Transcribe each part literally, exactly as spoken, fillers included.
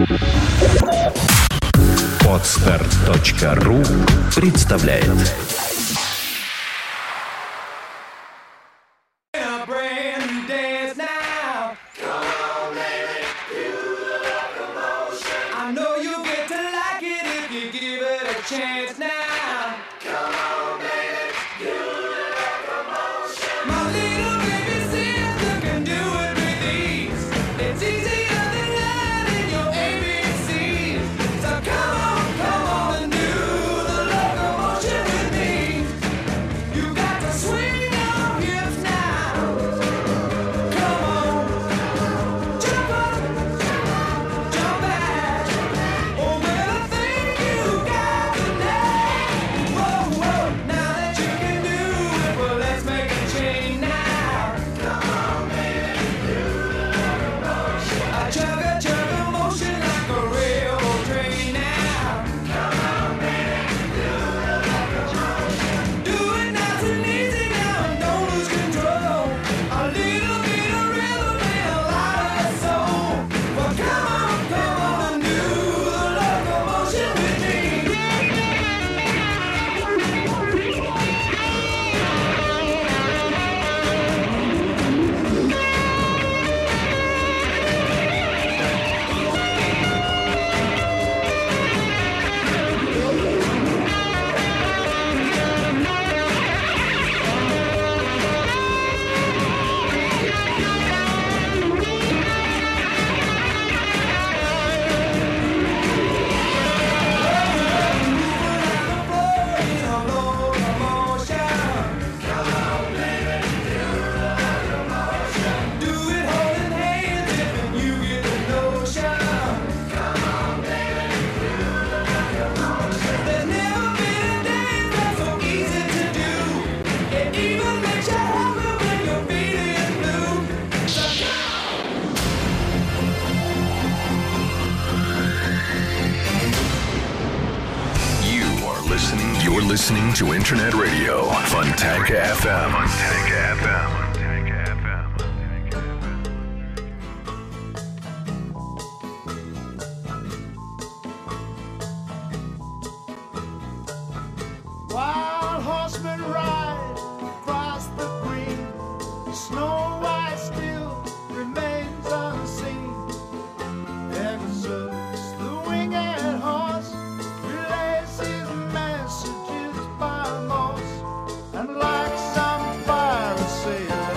Подстар точка ру представляет. Listening to Internet Radio, Fontanka эф эм. Fontanka эф эм. Wild horsemen ride across the green. Snow White still remains unseen. Exults the winged horse, relays his messages by Morse, and like some pirate sailor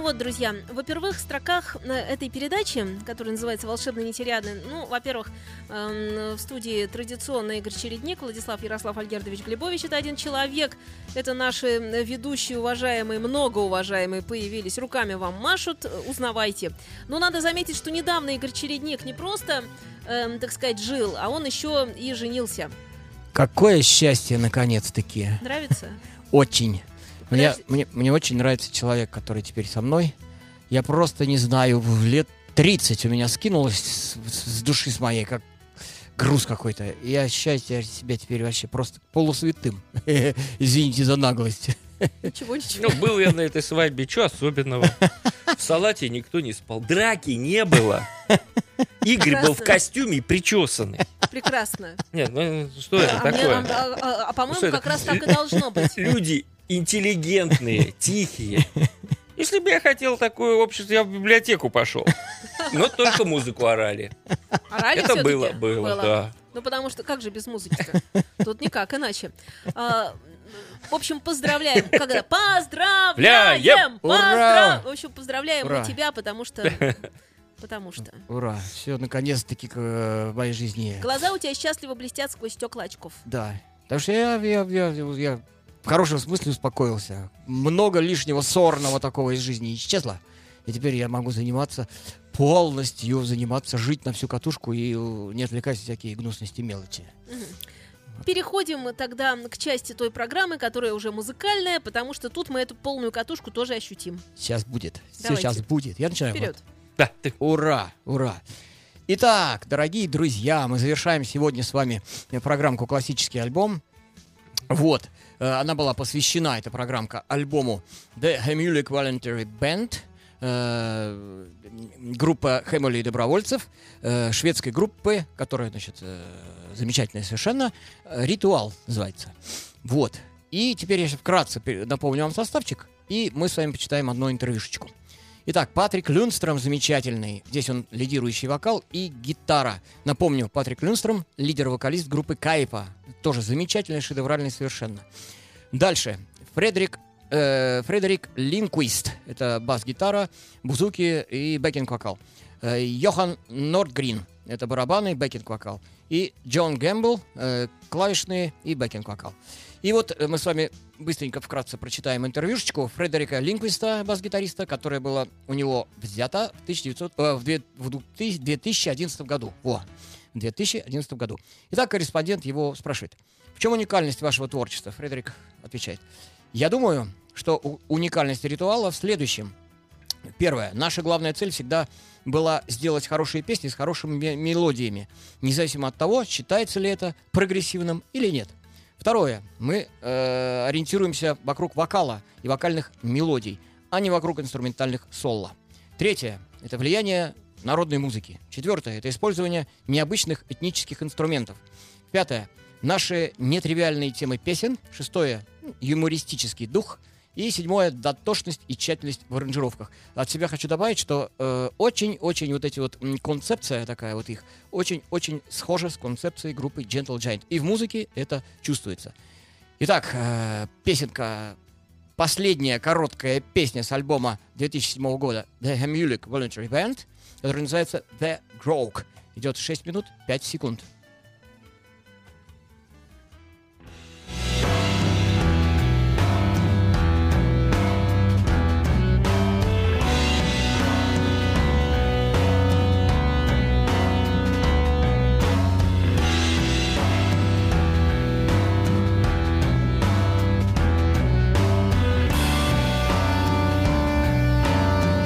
вот, друзья, во первых строках этой передачи, которая называется «Волшебные нетериады», ну, во-первых, эм, в студии традиционно Игорь Чередник, Владислав Ярослав Альгердович Глебович, это один человек, это наши ведущие, уважаемые, многоуважаемые, появились, руками вам машут, узнавайте. Но надо заметить, что недавно Игорь Чередник не просто, эм, так сказать, жил, а он еще и женился. Какое счастье, наконец-таки. Нравится? Очень. Мне, мне, мне очень нравится человек, который теперь со мной. Я просто не знаю, лет тридцать у меня скинулось с, с души с моей, как груз какой-то. И я ощущаю себя теперь вообще просто полусвятым. Извините за наглость. Ничего, ничего. Ну, был я на этой свадьбе, что особенного? В салате никто не спал. Драки не было. Игорь Прекрасно. был в костюме и причесанный. Прекрасно. Нет, ну что это А, мне- такое? а- а- а, по-моему, Что это? как раз так и должно быть. Люди интеллигентные, тихие. Если бы я хотел такое общество, я в библиотеку пошел. Но только музыку орали. Орали Это всё-таки? было, было, да. Ну, потому что как же без музыки-то? Тут никак иначе. А, в общем, поздравляем. Когда? Поздравляем! Ляем! Ура! Поздрав- В общем, поздравляем Ура! мы тебя, потому что... Потому что... Ура, все, наконец-таки э, в моей жизни. Глаза у тебя счастливо блестят сквозь стекла очков. Да. Потому что я, я, я, я в хорошем смысле успокоился. Много лишнего сорного такого из жизни исчезло. И теперь я могу заниматься полностью, заниматься, жить на всю катушку и э, не отвлекаясь на всякие гнусности, мелочи. Переходим мы тогда к части той программы, которая уже музыкальная, потому что тут мы эту полную катушку тоже ощутим. Сейчас будет. Все Давайте. сейчас будет. Я начинаю. Вперед. Да, ты- Ура, ура. Итак, дорогие друзья, мы завершаем сегодня с вами программку «Классический альбом». Вот, э, она была посвящена, эта программка, альбому The Hemulic Voluntary Band, э, группа Хемули и добровольцев, э, шведской группы, которая, значит, э, замечательная совершенно, э, «Ритуал» называется. Вот, и теперь я сейчас вкратце пе- напомню вам составчик, и мы с вами почитаем одну интервьюшечку. Итак, Патрик Люнстром замечательный. Здесь он лидирующий вокал и гитара. Напомню, Патрик Люнстром — лидер-вокалист группы Кайпа. Тоже замечательный, шедевральный совершенно. Дальше. Фредерик, э, Фредерик Линквист. Это бас-гитара, бузуки и бэкинг-вокал. Э, Йохан Нордгрин. Это барабаны и бэкинг-вокал. И Джон Гэмбл, э, клавишные и бэкинг-вокал. И вот э, мы с вами быстренько вкратце прочитаем интервьюшечку Фредерика Линквиста, бас-гитариста, которая была у него взята в, тысяча девятьсот, э, в, две- в две тысячи одиннадцатом году. Во, в две тысячи одиннадцатом году. Итак, корреспондент его спрашивает: в чем уникальность вашего творчества? Фредерик отвечает: я думаю, что у- уникальность ритуала в следующем. Первое. Наша главная цель всегда была сделать хорошие песни с хорошими ме- мелодиями, независимо от того, считается ли это прогрессивным или нет. Второе. Мы э, ориентируемся вокруг вокала и вокальных мелодий, а не вокруг инструментальных соло. Третье. Это влияние народной музыки. Четвертое. Это использование необычных этнических инструментов. Пятое. Наши нетривиальные темы песен. Шестое. Юмористический дух. И седьмое — дотошность и тщательность в аранжировках. От себя хочу добавить, что э, очень-очень вот эти вот м, концепция такая вот их очень-очень схожа с концепцией группы Gentle Giant. И в музыке это чувствуется. Итак, э, песенка, последняя короткая песня с альбома две тысячи седьмого года The Hemulic Voluntary Band, которая называется The Grog. Идет шесть минут пять секунд.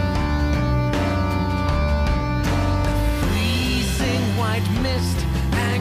Freezing white mist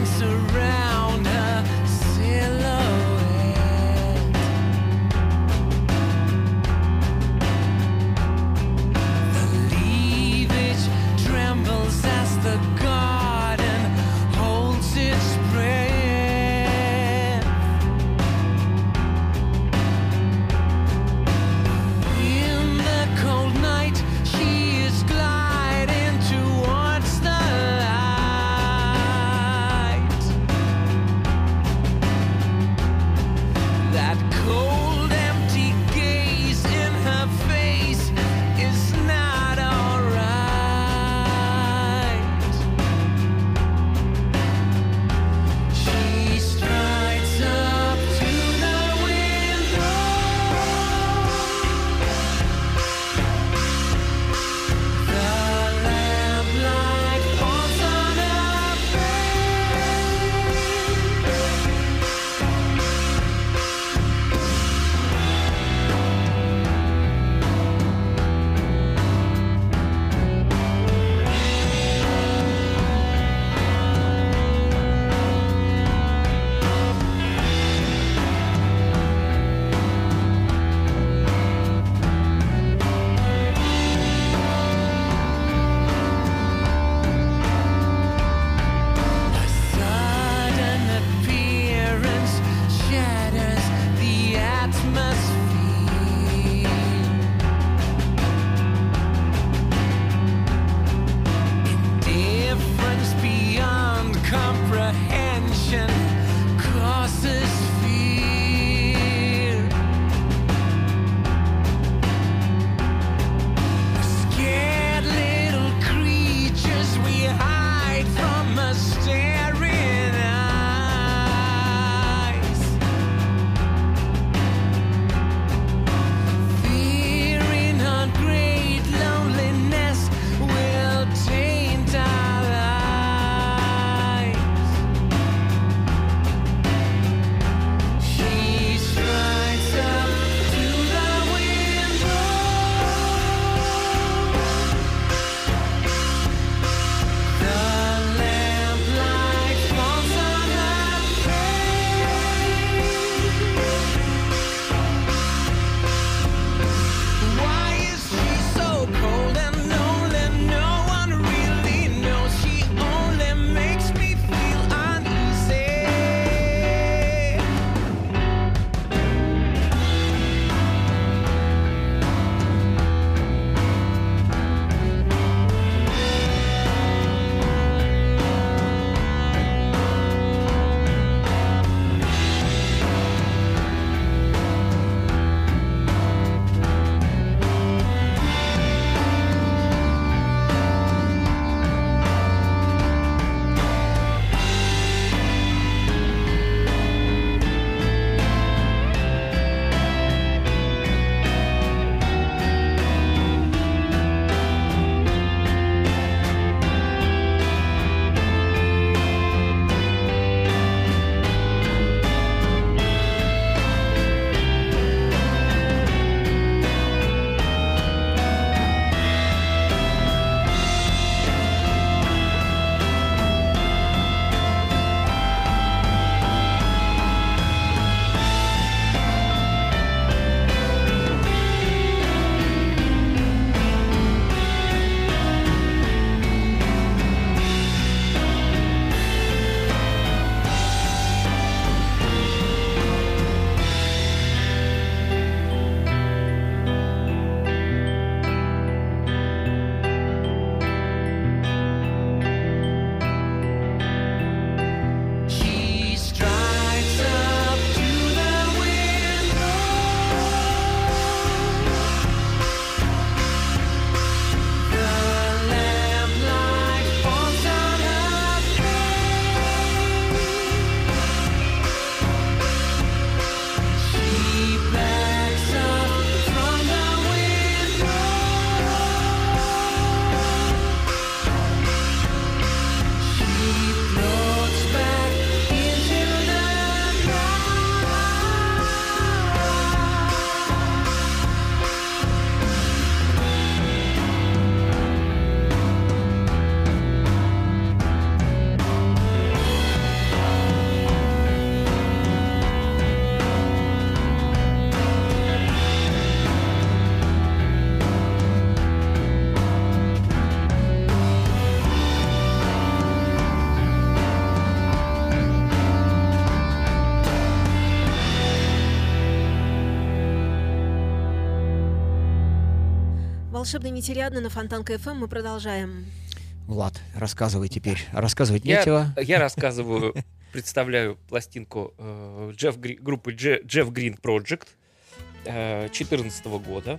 «Волшебный нетериадный» на Фонтанка эф эм. Мы продолжаем. Влад, рассказывай теперь. Рассказывать Я, нечего. я рассказываю, представляю пластинку э, Джефф Гри- группы Дже- Jeff Green Project э, две тысячи четырнадцатого года,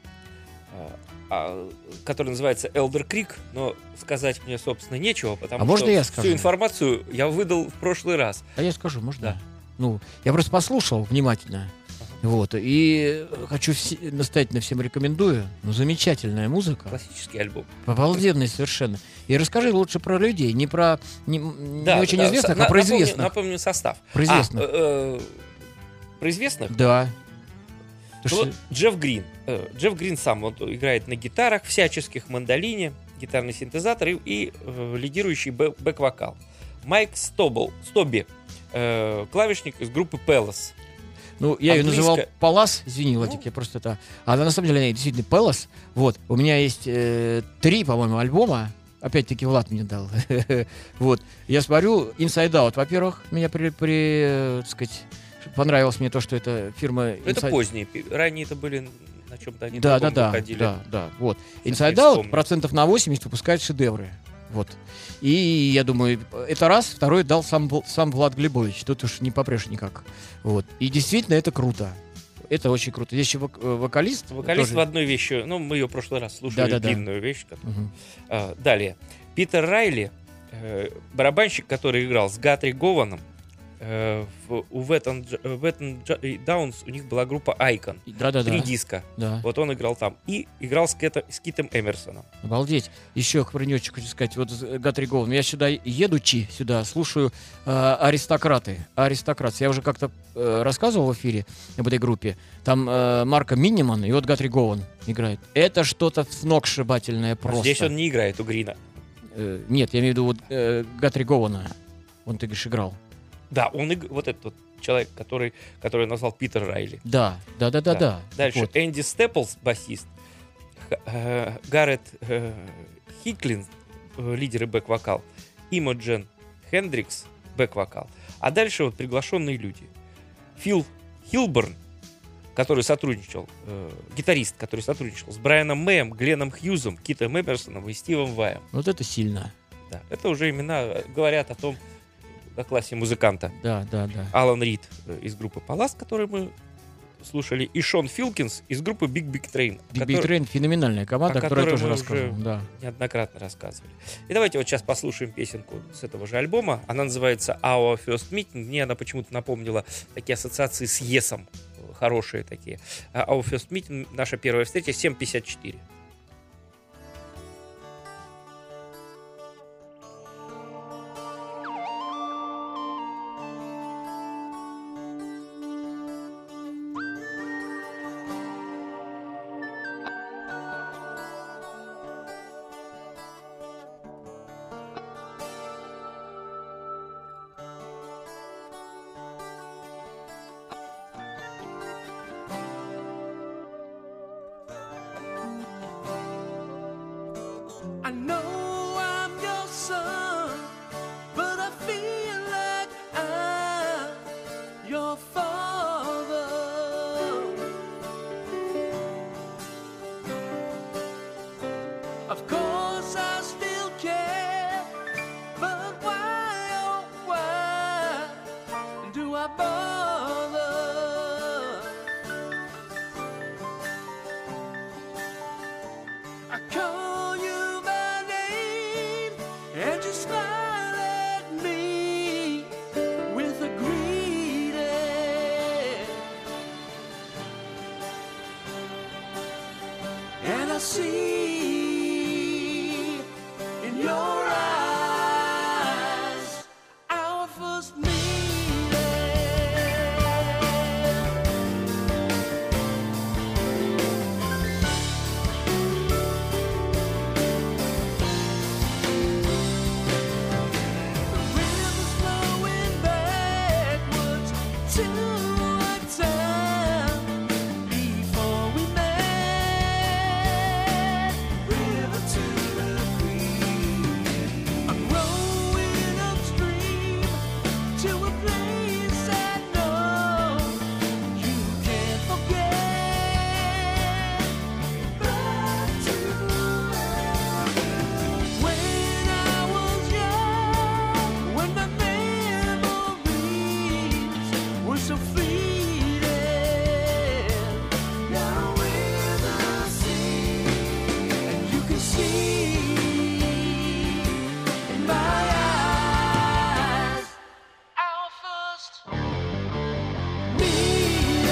э, а, которая называется Elder Creek, но сказать мне, собственно, нечего, потому А что можно я всю скажу? информацию я выдал в прошлый раз. А я скажу, можно? Да. Ну, я просто послушал внимательно. Вот. И хочу все, настоятельно всем рекомендую. Ну, замечательная музыка. Классический альбом. Обалденный совершенно. И расскажи лучше про людей, не про не, не Да, очень да, известных, на- а про напомню- известных. Напомню состав. Про известных. А, э, э, про известных? Да. Ну, Ты вот что- Джефф Грин. Э, Джефф Грин сам он играет на гитарах, всяческих, мандолине, гитарный синтезатор и, и, э, лидирующий бэ- бэк-вокал. Майк Стобл, Стоби, э, клавишник из группы Palace. Ну, я ее Английская- называл Палас, извини, Владик, Ну. я просто это... А она на самом деле она действительно Палас. Вот, у меня есть э, три, по-моему, альбома. Опять-таки Влад мне дал. Вот, я смотрю, Inside Out, во-первых, меня при, при, э, так сказать, понравилось мне то, что это фирма... Это Inside- поздние. пи- Ранее это были на чем-то они Да, да, другом да, выходили. да, да, вот. Сейчас Inside не Out вспомню. процентов на восемьдесят выпускает шедевры. Вот. И я думаю, это раз, второй дал сам, Вл- сам Влад Глебович. Тут уж не попрешь никак. Вот. И действительно это круто. Это очень круто. Здесь еще вок- э, вокалист. Вокалист тоже- в одной вещи, ну, мы ее в прошлый раз слушали, Да-да-да. длинную вещь. которую- Мгм. А, далее. Питер Райли, э, барабанщик, который играл с Гатри Гованом, э, в, у Wet and Downs у них была группа Icon. Да-да-да. Три диска. Да. Вот он играл там. И играл с, Кета- с Китом Эмерсоном. Обалдеть. Еще хренечек хочу сказать. Вот с Гатри Гоуэн. Я сюда, едучи сюда, слушаю э, «Аристократы». «Аристократы». Я уже как-то э, рассказывал в эфире об этой группе. Там э, Марко Миниман и вот Гатри Гоуэн играет. Это что-то сногсшибательное просто. Здесь он не играет у Грина. Э, нет, я имею в виду вот, э, Гатри Гоуэна. Он, ты говоришь, играл. Да, он иг- вот этот вот человек, который, который назвал Питер Райли. Да, да, да, да, да. Дальше Вот. Энди Степлс, басист. Х- э, Гаррет э, Хиклин, э, лидер и бэк-вокал. Имоджен Хендрикс, бэк-вокал. А дальше вот приглашенные люди. Фил Хилберн, который сотрудничал, э, гитарист, который сотрудничал с Брайаном Мэем, Гленном Хьюзом, Китом Эмерсоном и Стивом Ваем. Вот это сильно. Да, это уже имена э, говорят о том, о классе музыканта. Да, да, да. Алан Рид э, из группы Palace, который мы слушали, и Шон Филкинс из группы Big Big Train, Big который- Big Train феноменальная команда, о о которой я которой тоже мы рассказывал. уже- Да. неоднократно рассказывали. И давайте вот сейчас послушаем песенку с этого же альбома. Она называется Our First Meeting. Мне она почему-то напомнила такие ассоциации с Есом. Хорошие такие. А Our First Meeting, наша первая встреча, семь пятьдесят четыре. I know I'm your son, but I feel like I'm your father. Of course I still care, but why, oh why do I bother? I call you by name and you smile at me with a greeting. And I see in your eyes our first meeting. Rivers flowing backwards to a time before we met. so fleeting. Now we're the sea, and you can see in my eyes our first meeting.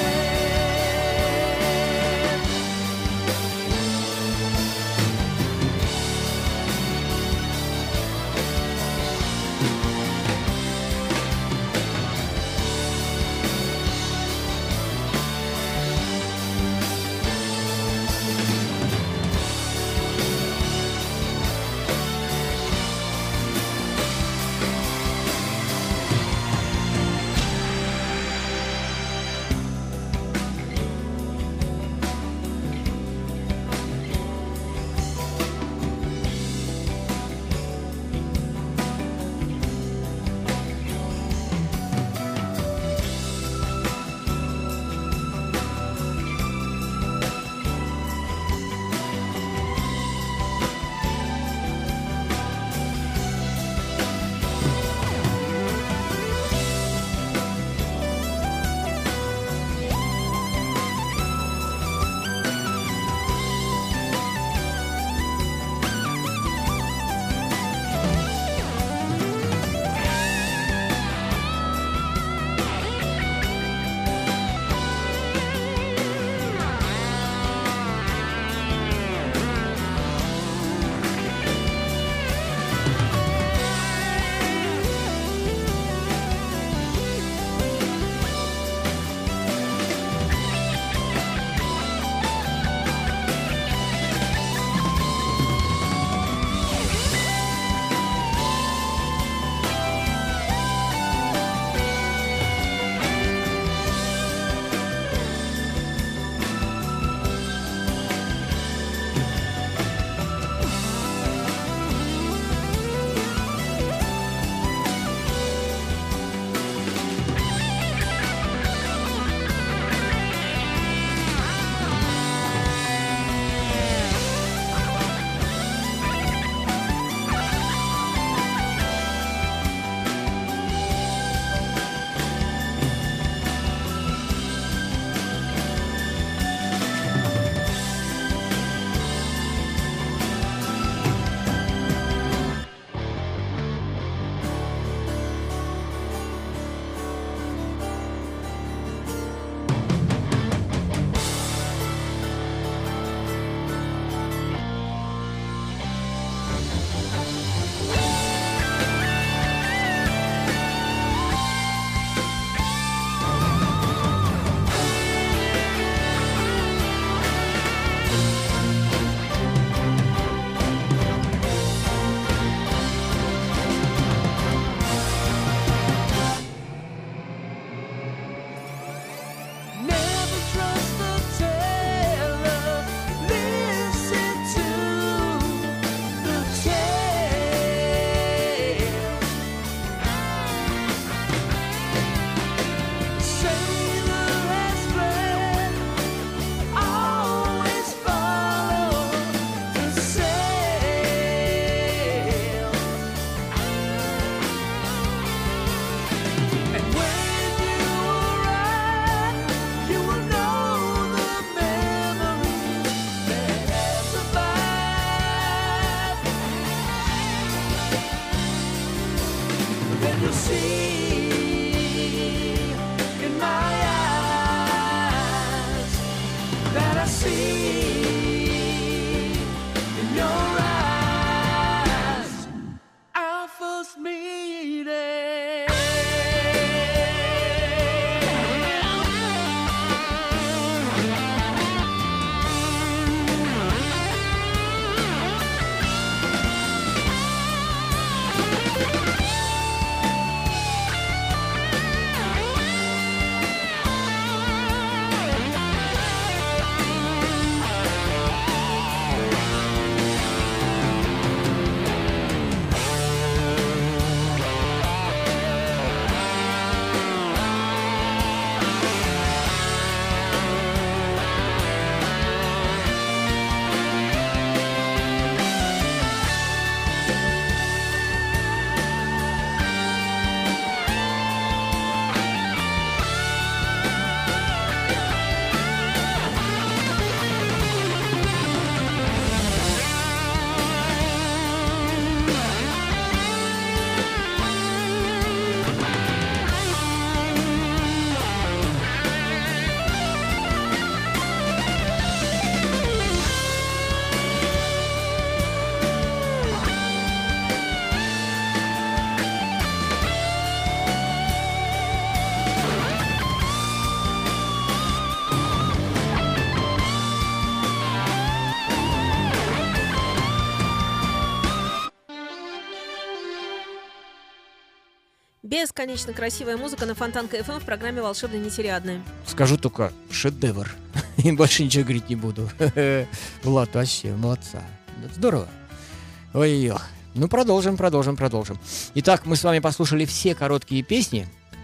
Бесконечно красивая музыка на Фонтанка эф эм в программе «Волшебные нетериадные». Скажу только шедевр. И больше ничего говорить не буду. Влад, вообще, молодца. Здорово. Ой-ох. Ну, продолжим, продолжим, продолжим. Итак, мы с вами послушали все короткие песни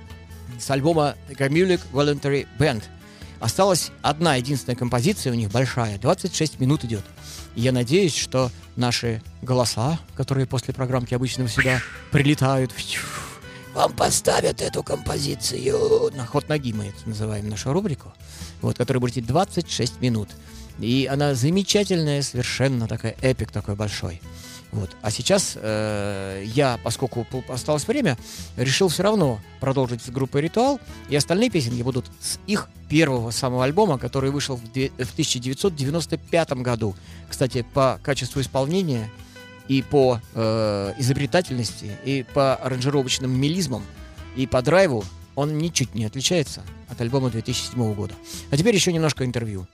с альбома The Gamulic Voluntary Band. Осталась одна единственная композиция у них, большая, двадцать шесть минут идет. И я надеюсь, что наши голоса, которые после программки обычно сюда прилетают, вам поставят эту композицию на ход ноги, мы это называем, нашу рубрику, вот, которая будет идти двадцать шесть минут. И она замечательная, совершенно такая, эпик такой большой. Вот. А сейчас э, я, поскольку осталось время, решил все равно продолжить с группой «Ритуал», и остальные песенки будут с их первого самого альбома, который вышел в, две, в тысяча девятьсот девяносто пятом году. Кстати, по качеству исполнения и по э, изобретательности, и по аранжировочным мелизмам, и по драйву он ничуть не отличается от альбома две тысячи седьмого года. А теперь еще немножко интервью.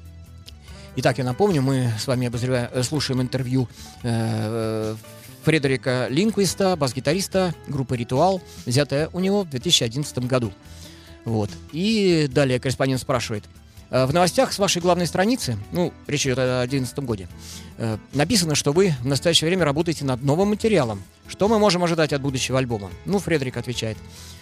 Итак, я напомню, мы с вами обозреваем, слушаем интервью э, Фредерика Линквиста, бас-гитариста группы «Ритуал», взятое у него в две тысячи одиннадцатом году. Вот. И далее корреспондент спрашивает. В новостях с вашей главной страницы, ну, речь идет о две тысячи одиннадцатом годе, э, написано, что вы в настоящее время работаете над новым материалом. Что мы можем ожидать от будущего альбома? Ну, Фредерик отвечает.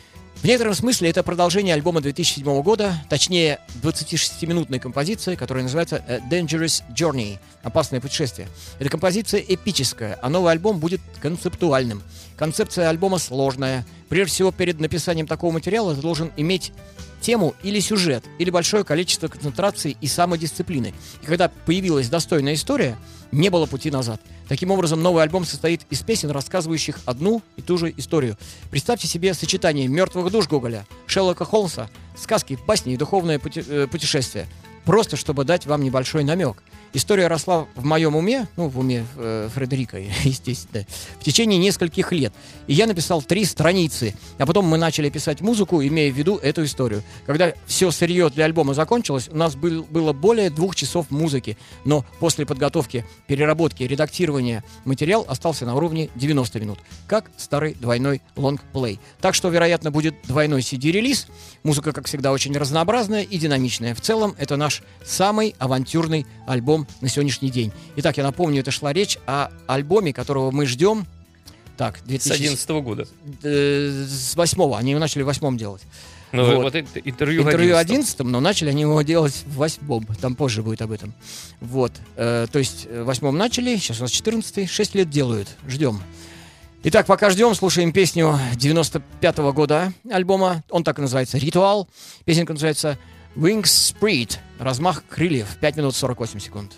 В некотором смысле это продолжение альбома две тысячи седьмого года, точнее двадцатишестиминутной композиции, которая называется A Dangerous Journey – «Опасное путешествие». Эта композиция эпическая, а новый альбом будет концептуальным. Концепция альбома сложная. Прежде всего, перед написанием такого материала ты должен иметь тему или сюжет, или большое количество концентрации и самодисциплины. И когда появилась достойная история, не было пути назад. Таким образом, новый альбом состоит из песен, рассказывающих одну и ту же историю. Представьте себе сочетание «Мертвых душ» Гоголя, Шерлока Холмса, сказки, басни и духовное пути- э, путешествие. Просто чтобы дать вам небольшой намек. История росла в моем уме, ну, в уме э, Фредерика, естественно, в течение нескольких лет. И я написал три страницы. А потом мы начали писать музыку, имея в виду эту историю. Когда все сырье для альбома закончилось, у нас был, было более двух часов музыки. Но после подготовки, переработки, редактирования материал остался на уровне девяносто минут. Как старый двойной лонгплей. Так что, вероятно, будет двойной си ди-релиз. Музыка, как всегда, очень разнообразная и динамичная. В целом, это наш самый авантюрный альбом на сегодняшний день. Итак, я напомню, это шла речь о альбоме, которого мы ждем. Так, две тысячи... С одиннадцатого года. Э, с восьмого. Они его начали в восьмом делать. Ну, вот. вот это интервью, Интервью в одиннадцатом. одиннадцатом, но начали они его делать в восьмом. Там позже будет об этом. Вот. Э, то есть в восьмом начали, сейчас у нас четырнадцатый, шесть лет делают. Ждем. Итак, пока ждем, слушаем песню девяносто пятого года альбома. Он так и называется «Ритуал». Песенка называется Wings Spread. Размах крыльев. пять минут сорок восемь секунд.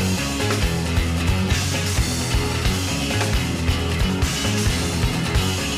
Wings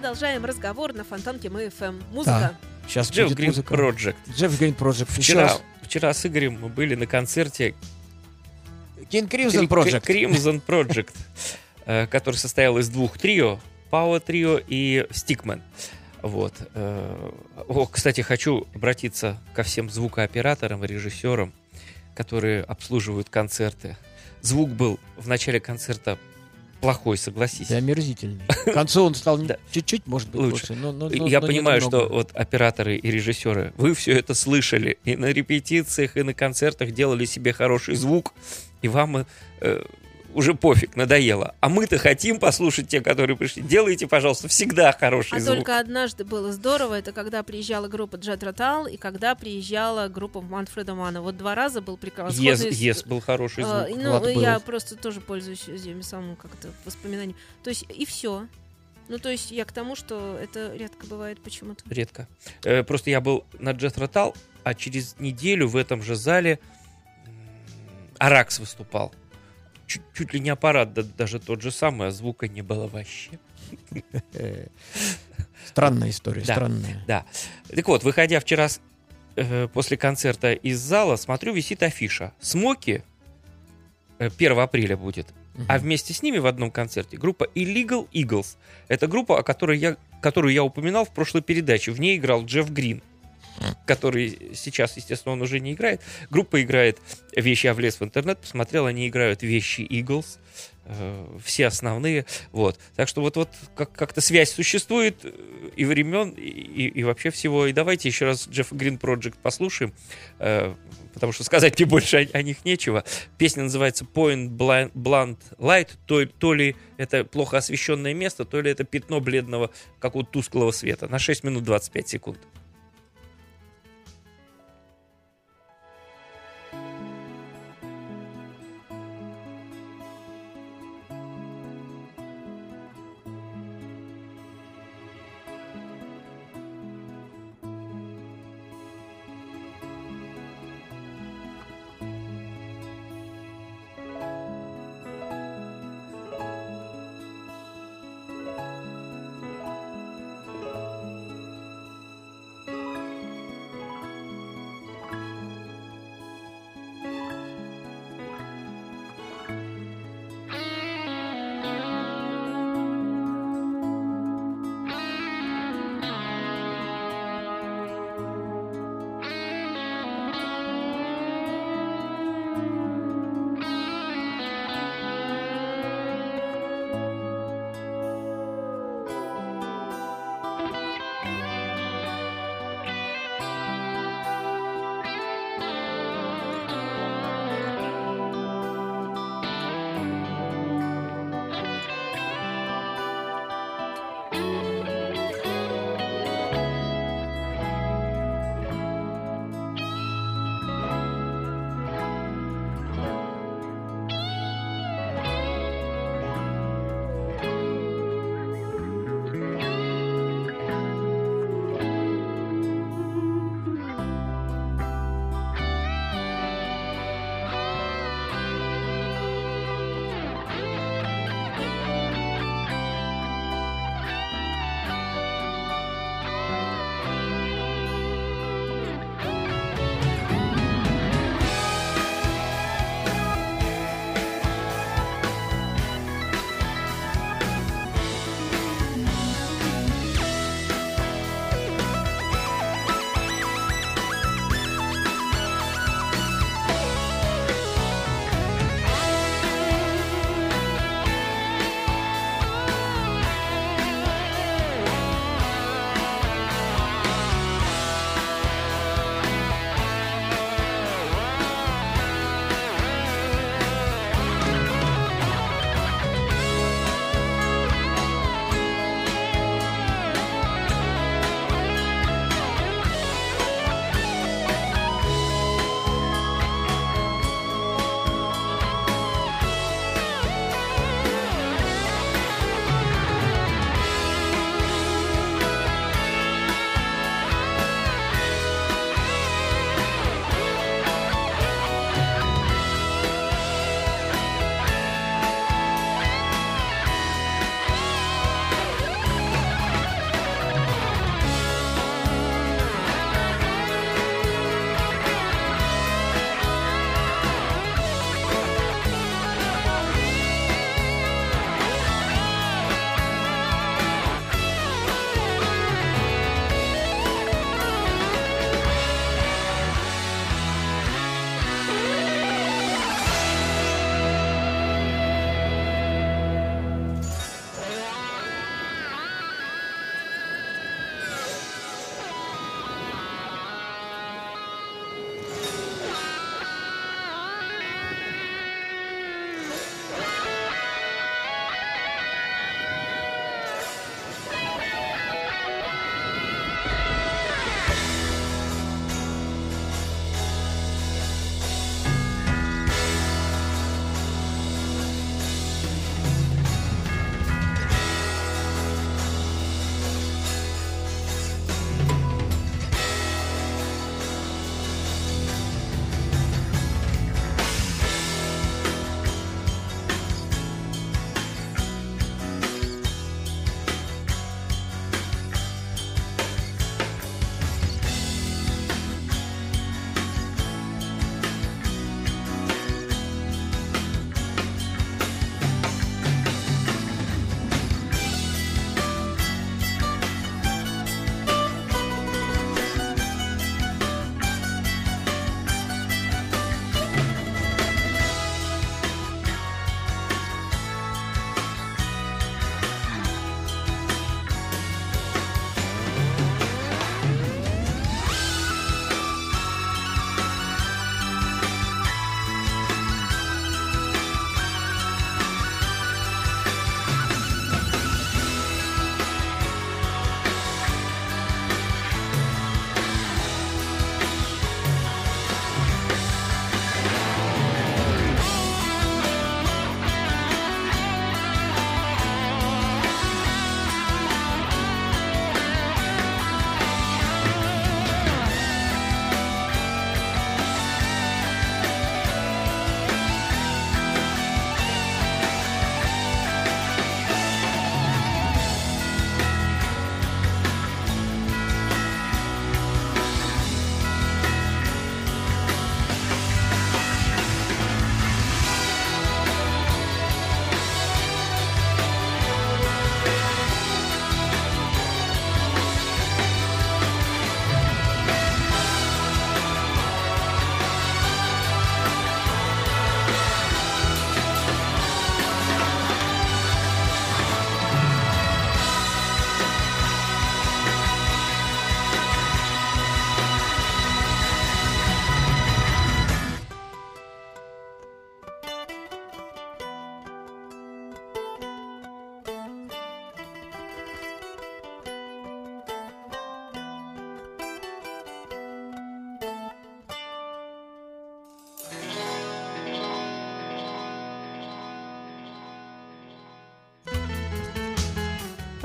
продолжаем разговор на Фонтанке МФМ. Музыка. Сейчас Jeff будет Green музыка. Project. Jeff Green Project. Еще Вчера, раз. вчера с Игорем мы были на концерте King Crimson Project. Crimson Project, э, который состоял из двух трио, Power Trio и Stickman. Вот. э, О, кстати, хочу обратиться ко всем звукооператорам и режиссерам, которые обслуживают концерты. Звук был в начале концерта плохой, согласись. Да, омерзительный. К концу он стал Да. чуть-чуть, может быть, Лучше. лучше. но- но- И но- Я но не понимаю, намного. что вот операторы и режиссеры, вы все это слышали, и на репетициях, и на концертах делали себе хороший звук, и вам э, уже пофиг, надоело. А мы-то хотим послушать те, которые пришли. Делайте, пожалуйста, всегда хороший А звук. только однажды было здорово, это когда приезжала группа Джет Ротал и когда приезжала группа Манфреда Мана. Вот два раза был превосходный... Ес, с- ес был хороший э, звук. ну, Влад был. я просто тоже пользуюсь этим самым как-то воспоминанием. То есть и все. Ну, то есть я к тому, что это редко бывает почему-то. Редко. Э, Просто я был на Джет Ротал, а через неделю в этом же зале м, Аракс выступал. Чуть, чуть ли не аппарат, да, даже тот же самый, а звука не было вообще. Странная история, Да. странная. Да. Так вот, выходя вчера с- э, после концерта из зала, смотрю, висит афиша. Смоки э, первого апреля будет. А вместе с ними в одном концерте группа Illegal Eagles. Это группа, о которой я, которую я упоминал в прошлой передаче. В ней играл Джефф Грин, который сейчас, естественно, он уже не играет. Группа играет вещи, я влез в интернет, посмотрел, они играют вещи Eagles, э, все основные. Вот. Так что вот, вот как- как-то связь существует э, и времен, и, и- и вообще всего. И давайте еще раз Jeff Green Project послушаем, э, потому что сказать мне больше о, о них нечего. Песня называется Point Blank, Blank Light. То, то ли это плохо освещенное место, то ли это пятно бледного какого-то тусклого света. На шесть минут двадцать пять секунд.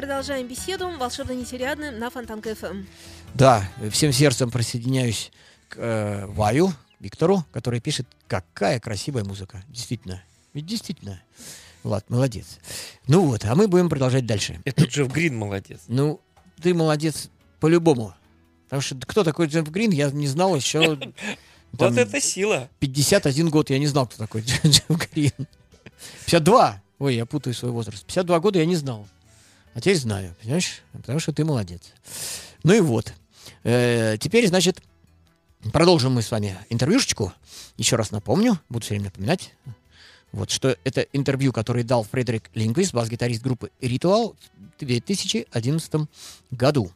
продолжаем беседу волшебно-нетериадны на Фонтанка эф эм. Да, всем сердцем присоединяюсь к э, Ваю, Виктору, который пишет, какая красивая музыка. Действительно. Ведь действительно. Влад, молодец. Ну вот, а мы будем продолжать дальше. Это Джефф Грин молодец. Ну, ты молодец по-любому. Потому что кто такой Джефф Грин, я не знал еще... Вот это сила. пятьдесят один год я не знал, кто такой Джефф Грин. пятьдесят два. Ой, я путаю свой возраст. пятьдесят два года я не знал. А теперь знаю, понимаешь? Потому что ты молодец. Ну и вот. Э, теперь, значит, продолжим мы с вами интервьюшечку. Еще раз напомню, буду все время напоминать, вот, что это интервью, которое дал Фредерик Лингвист, бас-гитарист группы «Ритуал» в две тысячи одиннадцатом году.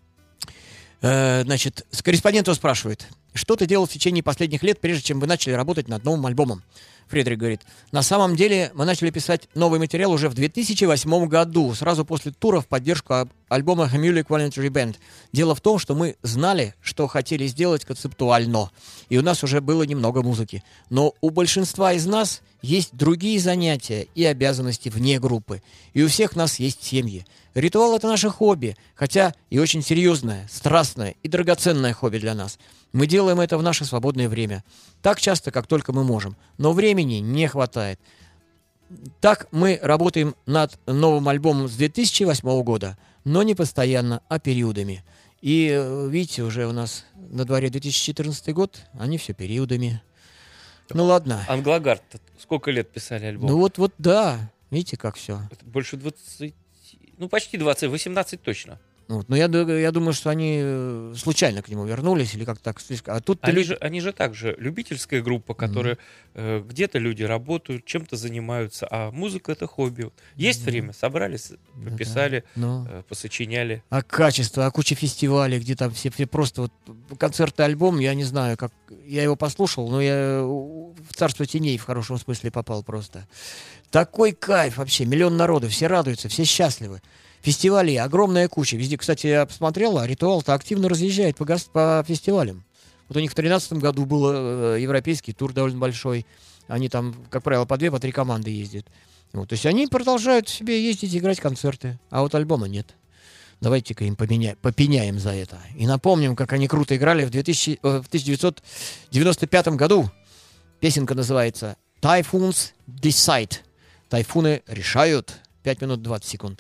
Э, значит, с корреспондента спрашивает, что ты делал в течение последних лет, прежде чем вы начали работать над новым альбомом? Фредерик говорит, на самом деле мы начали писать новый материал уже в две тысячи восьмом году, сразу после тура в поддержку а- альбома Hamuli Voluntary Band. Дело в том, что мы знали, что хотели сделать концептуально, и у нас уже было немного музыки. Но у большинства из нас есть другие занятия и обязанности вне группы, и у всех нас есть семьи. Ритуал — это наше хобби, хотя и очень серьезное, страстное и драгоценное хобби для нас. Мы делаем это в наше свободное время. Так часто, как только мы можем. Но времени не хватает. Так мы работаем над новым альбомом с две тысячи восьмого года. Но не постоянно, а периодами. И видите, уже у нас на дворе две тысячи четырнадцатый год. Они все периодами. Ну ладно. Англогард сколько лет писали альбом? Ну вот, вот да. Видите, как все. Это больше двадцати... Ну, почти двадцать, восемнадцать точно. Вот. Но я, я думаю, что они э, случайно к нему вернулись или как-то так слишком. А тут Они, люди... же, они же также любительская группа, которая Mm-hmm. э, где-то люди работают, чем-то занимаются, а музыка — это хобби. Есть Mm-hmm. время, собрались, пописали, Ну, э, посочиняли. а качество, а куча фестивалей, где там все, все просто вот концерты, альбом, я не знаю, как я его послушал, но я в царство теней в хорошем смысле попал просто. Такой кайф вообще, миллион народу, все радуются, все счастливы. Фестивалей огромная куча. Везде, кстати, я посмотрел, а Ритуал-то активно разъезжает по, гас- по фестивалям. Вот у них в тринадцатом году был э, европейский тур довольно большой. Они там, как правило, по две, по три команды ездят. Вот, то есть они продолжают себе ездить, играть концерты. А вот альбома нет. Давайте-ка им поменя- попеняем за это. И напомним, как они круто играли в, две тысячи, э, в тысяча девятьсот девяносто пятом году. Песенка называется «Typhoons Decide». Тайфуны решают. пять минут двадцать секунд.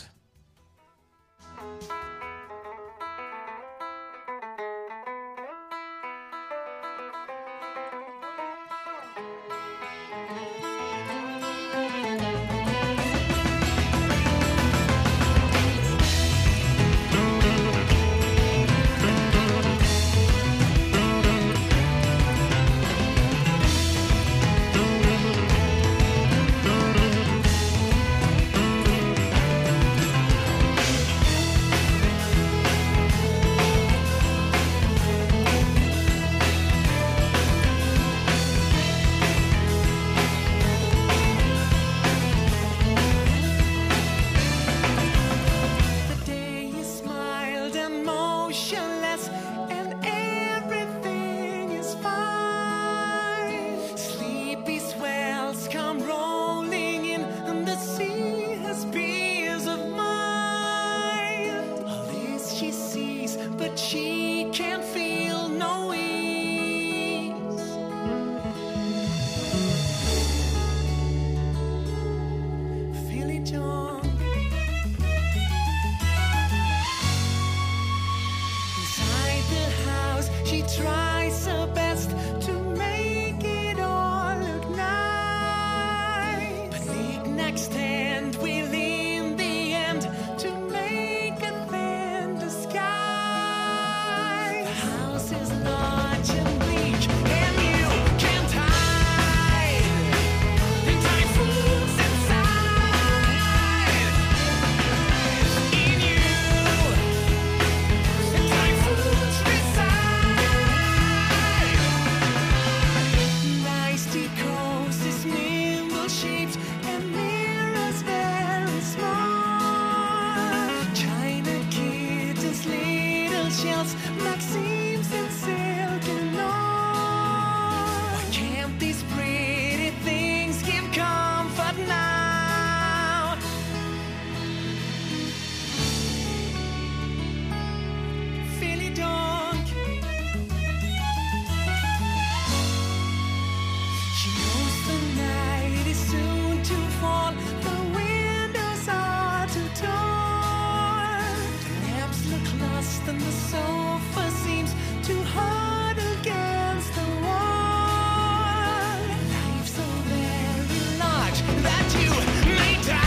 She knows the night is soon to fall. The windows are too torn. The lamps look lost and the sofa seems too hard against the wall. Life's so very large that you may die.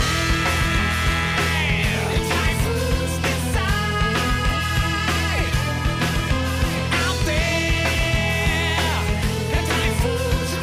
Typhoons decide out there. The typhoons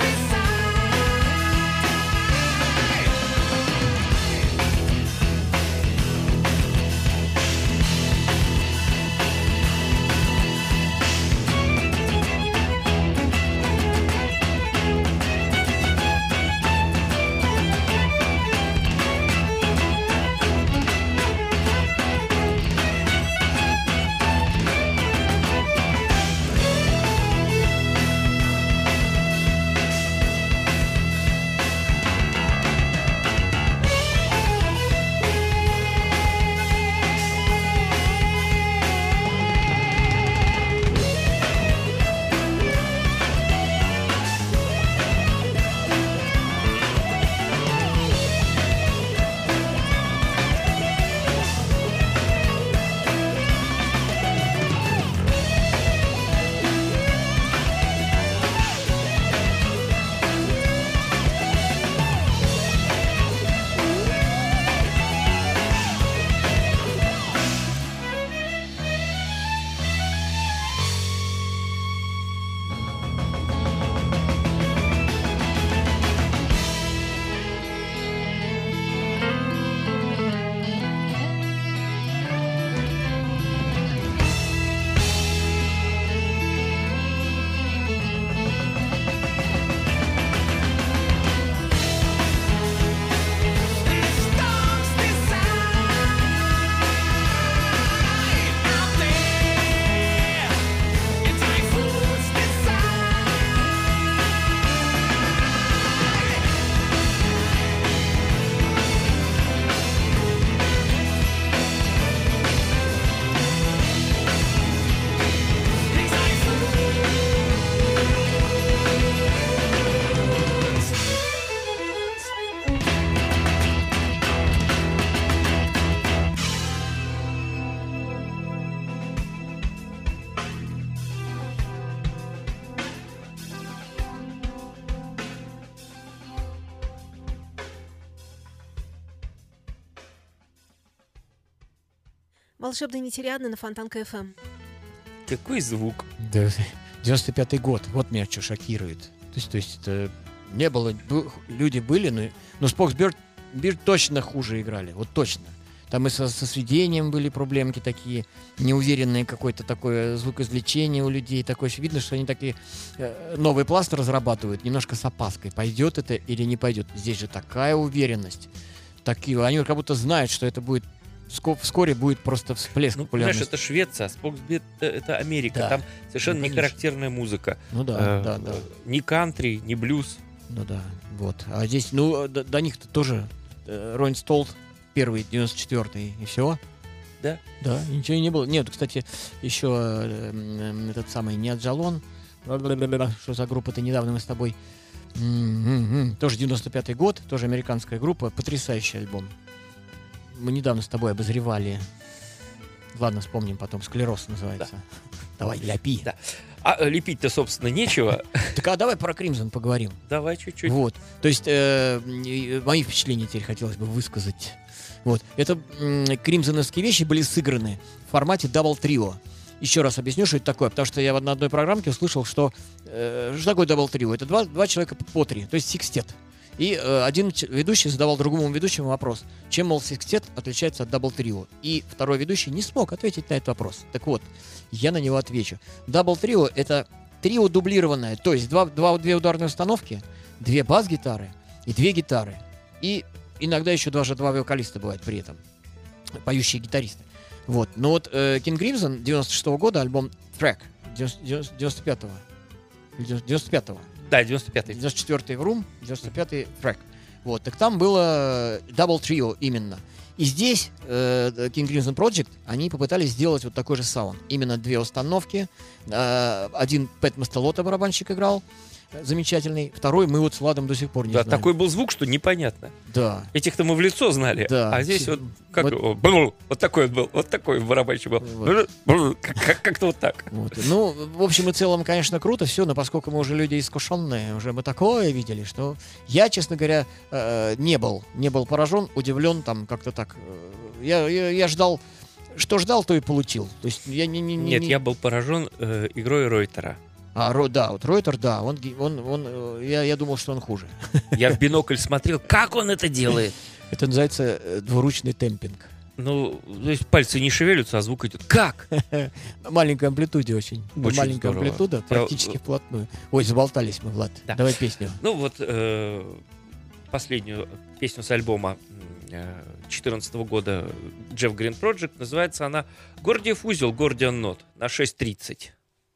Волшебный нетериадный на Фонтанка эф эм. Какой звук? Да, девяносто пятый год. Вот меня что шокирует. То есть, то есть это не было... бу- Люди были, но, но Спокс Бирд Бирд точно хуже играли. Вот точно. Там и со, со сведением были проблемки такие, неуверенное какое-то такое звукоизвлечение у людей. Такое видно, что они такие э, новый пласт разрабатывают, немножко с опаской. Пойдет это или не пойдет. Здесь же такая уверенность. Такие, они как будто знают, что это будет... ско- Вскоре будет просто всплеск Ну, понимаешь, популярности. это Швеция, а Споксбит это, это Америка. Да. Там совершенно Ну, не конечно. характерная музыка. Ну да, Э, да, да. Ни кантри, ни блюз. Ну да, вот. А здесь, ну, до, до них-то тоже э, Роллинг Стоунс первый, девяносто четвёртый, и все. Да? Да, ничего и не было. Нет, кстати, еще э, м, этот самый Неаджалон, бла-бла-бла-бла, что за группа-то, недавно мы с тобой, М-м-м, тоже девяносто пятый год, тоже американская группа, потрясающий альбом. Мы недавно с тобой обозревали, ладно, вспомним потом, «Склероз» называется. Давай, ляпи. Да. А э, лепить-то, собственно, нечего. Так а давай про Кримзон поговорим. Давай чуть-чуть. Вот. То есть э, м, мои впечатления теперь хотелось бы высказать. Вот. Это м, кримзоновские вещи были сыграны в формате Double Trio. Еще раз объясню, что это такое, потому что я в- на одной программке услышал, что э, что такое Double Trio? Это два, два человека по три, то есть секстет. И э, один ч- ведущий задавал другому ведущему вопрос, чем, мол, секстет отличается от Double Trio. И второй ведущий не смог ответить на этот вопрос. Так вот, я на него отвечу. Double Trio — это трио дублированное, то есть два, два, две ударные установки, две бас-гитары и две гитары. И иногда еще даже два вокалиста бывает при этом, поющие гитаристы. Вот. Но вот э, King Crimson девяносто шестого года, альбом Track, девяносто пятого, девяносто пятого, Да, девяносто пятый. девяносто четвёртый в Room, девяносто пятый Track. Вот, так там было Double Trio именно. И здесь э, King Crimson Project, они попытались сделать вот такой же саунд. Именно две установки. Э, один Пэт Мастелота, барабанщик, играл. замечательный. Второй мы вот с Владом до сих пор не Да, знаем. такой был звук, что непонятно. Да. Этих-то мы в лицо знали, Да. а здесь вот как Вот- его, бррр, вот такой вот был, вот такой барабанщик был. Вот. Бррр, бррр, как- как- Как-то вот так. Вот. Ну, в общем и целом, конечно, круто все, но поскольку мы уже люди искушенные, уже мы такое видели, что я, честно говоря, э, не был, не был поражен, удивлен, там как-то так. Э, Я, я, я ждал, что ждал, то и получил. То есть я не, не, не- Нет, не- я был поражен э, игрой Ройтера. А, Ро- да, вот Ройтер, да, он, ги- он, он, э, я, я думал, что он хуже. Я в бинокль смотрел, как он это делает. Это называется э, двуручный темпинг. Ну, то есть пальцы не шевелятся, а звук идет. Как? На маленькой амплитуде очень. Очень Маленькая здорово. амплитуда, Я- практически вплотную. Ой, заболтались мы, Влад. Да. Давай песню. Ну вот э, последнюю песню с альбома две тысячи четырнадцатого года Jeff Green Project. Называется она «Гордиев узел, Gordian Knot» на шесть тридцать.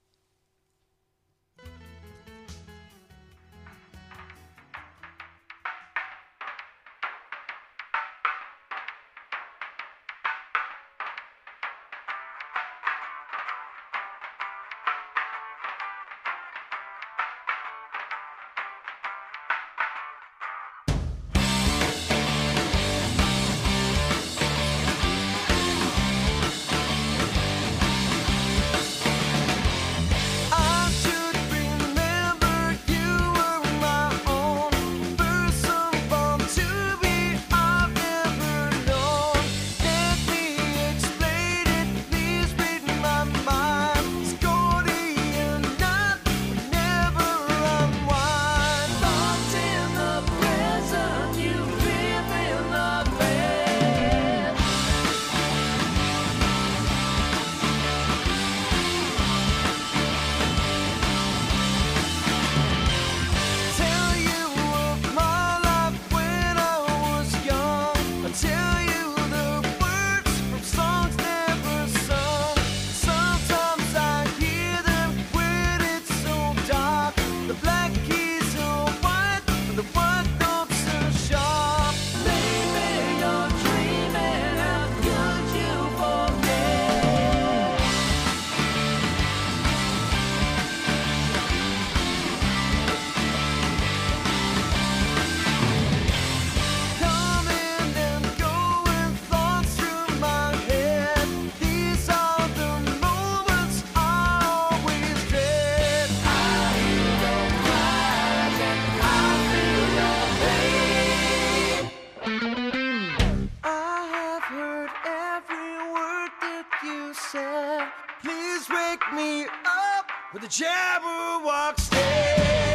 I should remember you were my own person born to be I've ever known. Let me explain it, please read my mind. It's Gordian knot, never unwind. Thoughts in the present, you live in the past. Tell you of my life when I was young. I tell you the words from songs never sung. Sometimes I hear them when it's so dark. The black keys are white, the white notes are sharp. Maybe you're dreaming, how could you forget? Coming and going thoughts through my head. These are the moments I always dread. I hear your cries and I feel your pain. I have heard every word that you said. Please wake me up when the Jabberwock's dead.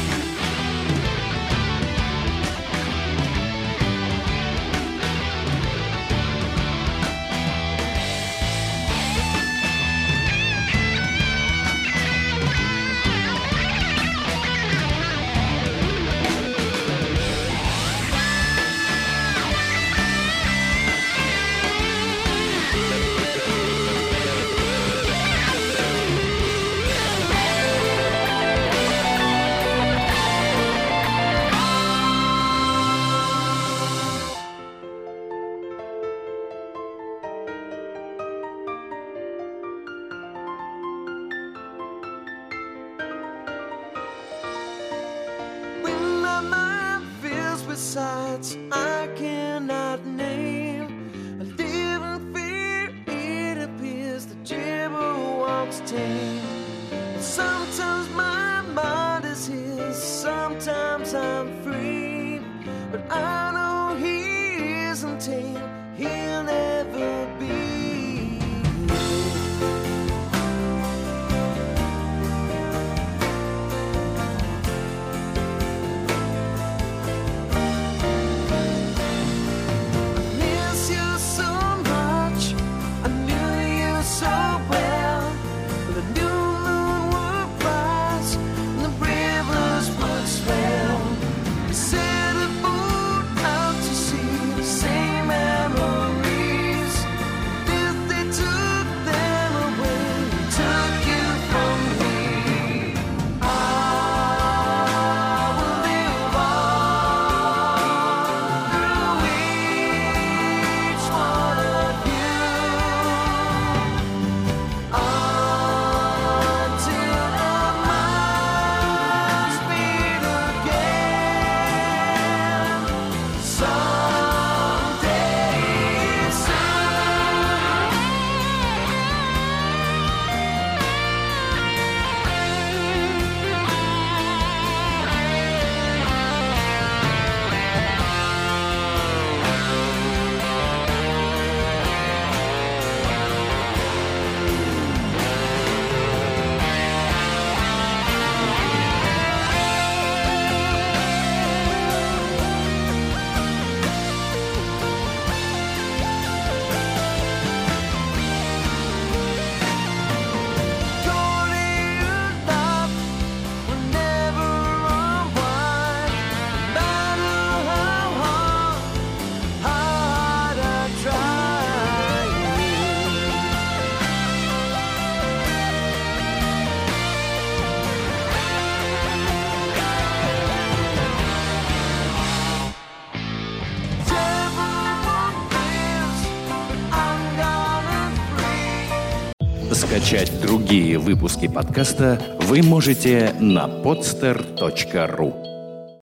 When my mind fills with sights I cannot name, I live in fear. It appears the Jabberwock's tame. Sometimes my mind is his, sometimes I'm free, but I know he isn't tame. He'll never be. Miss you so much. I knew you so well. The new moon would rise and the rivers would swell. We set a boat out to sea, the same memory. Скачать другие выпуски подкаста вы можете на podster точка ру.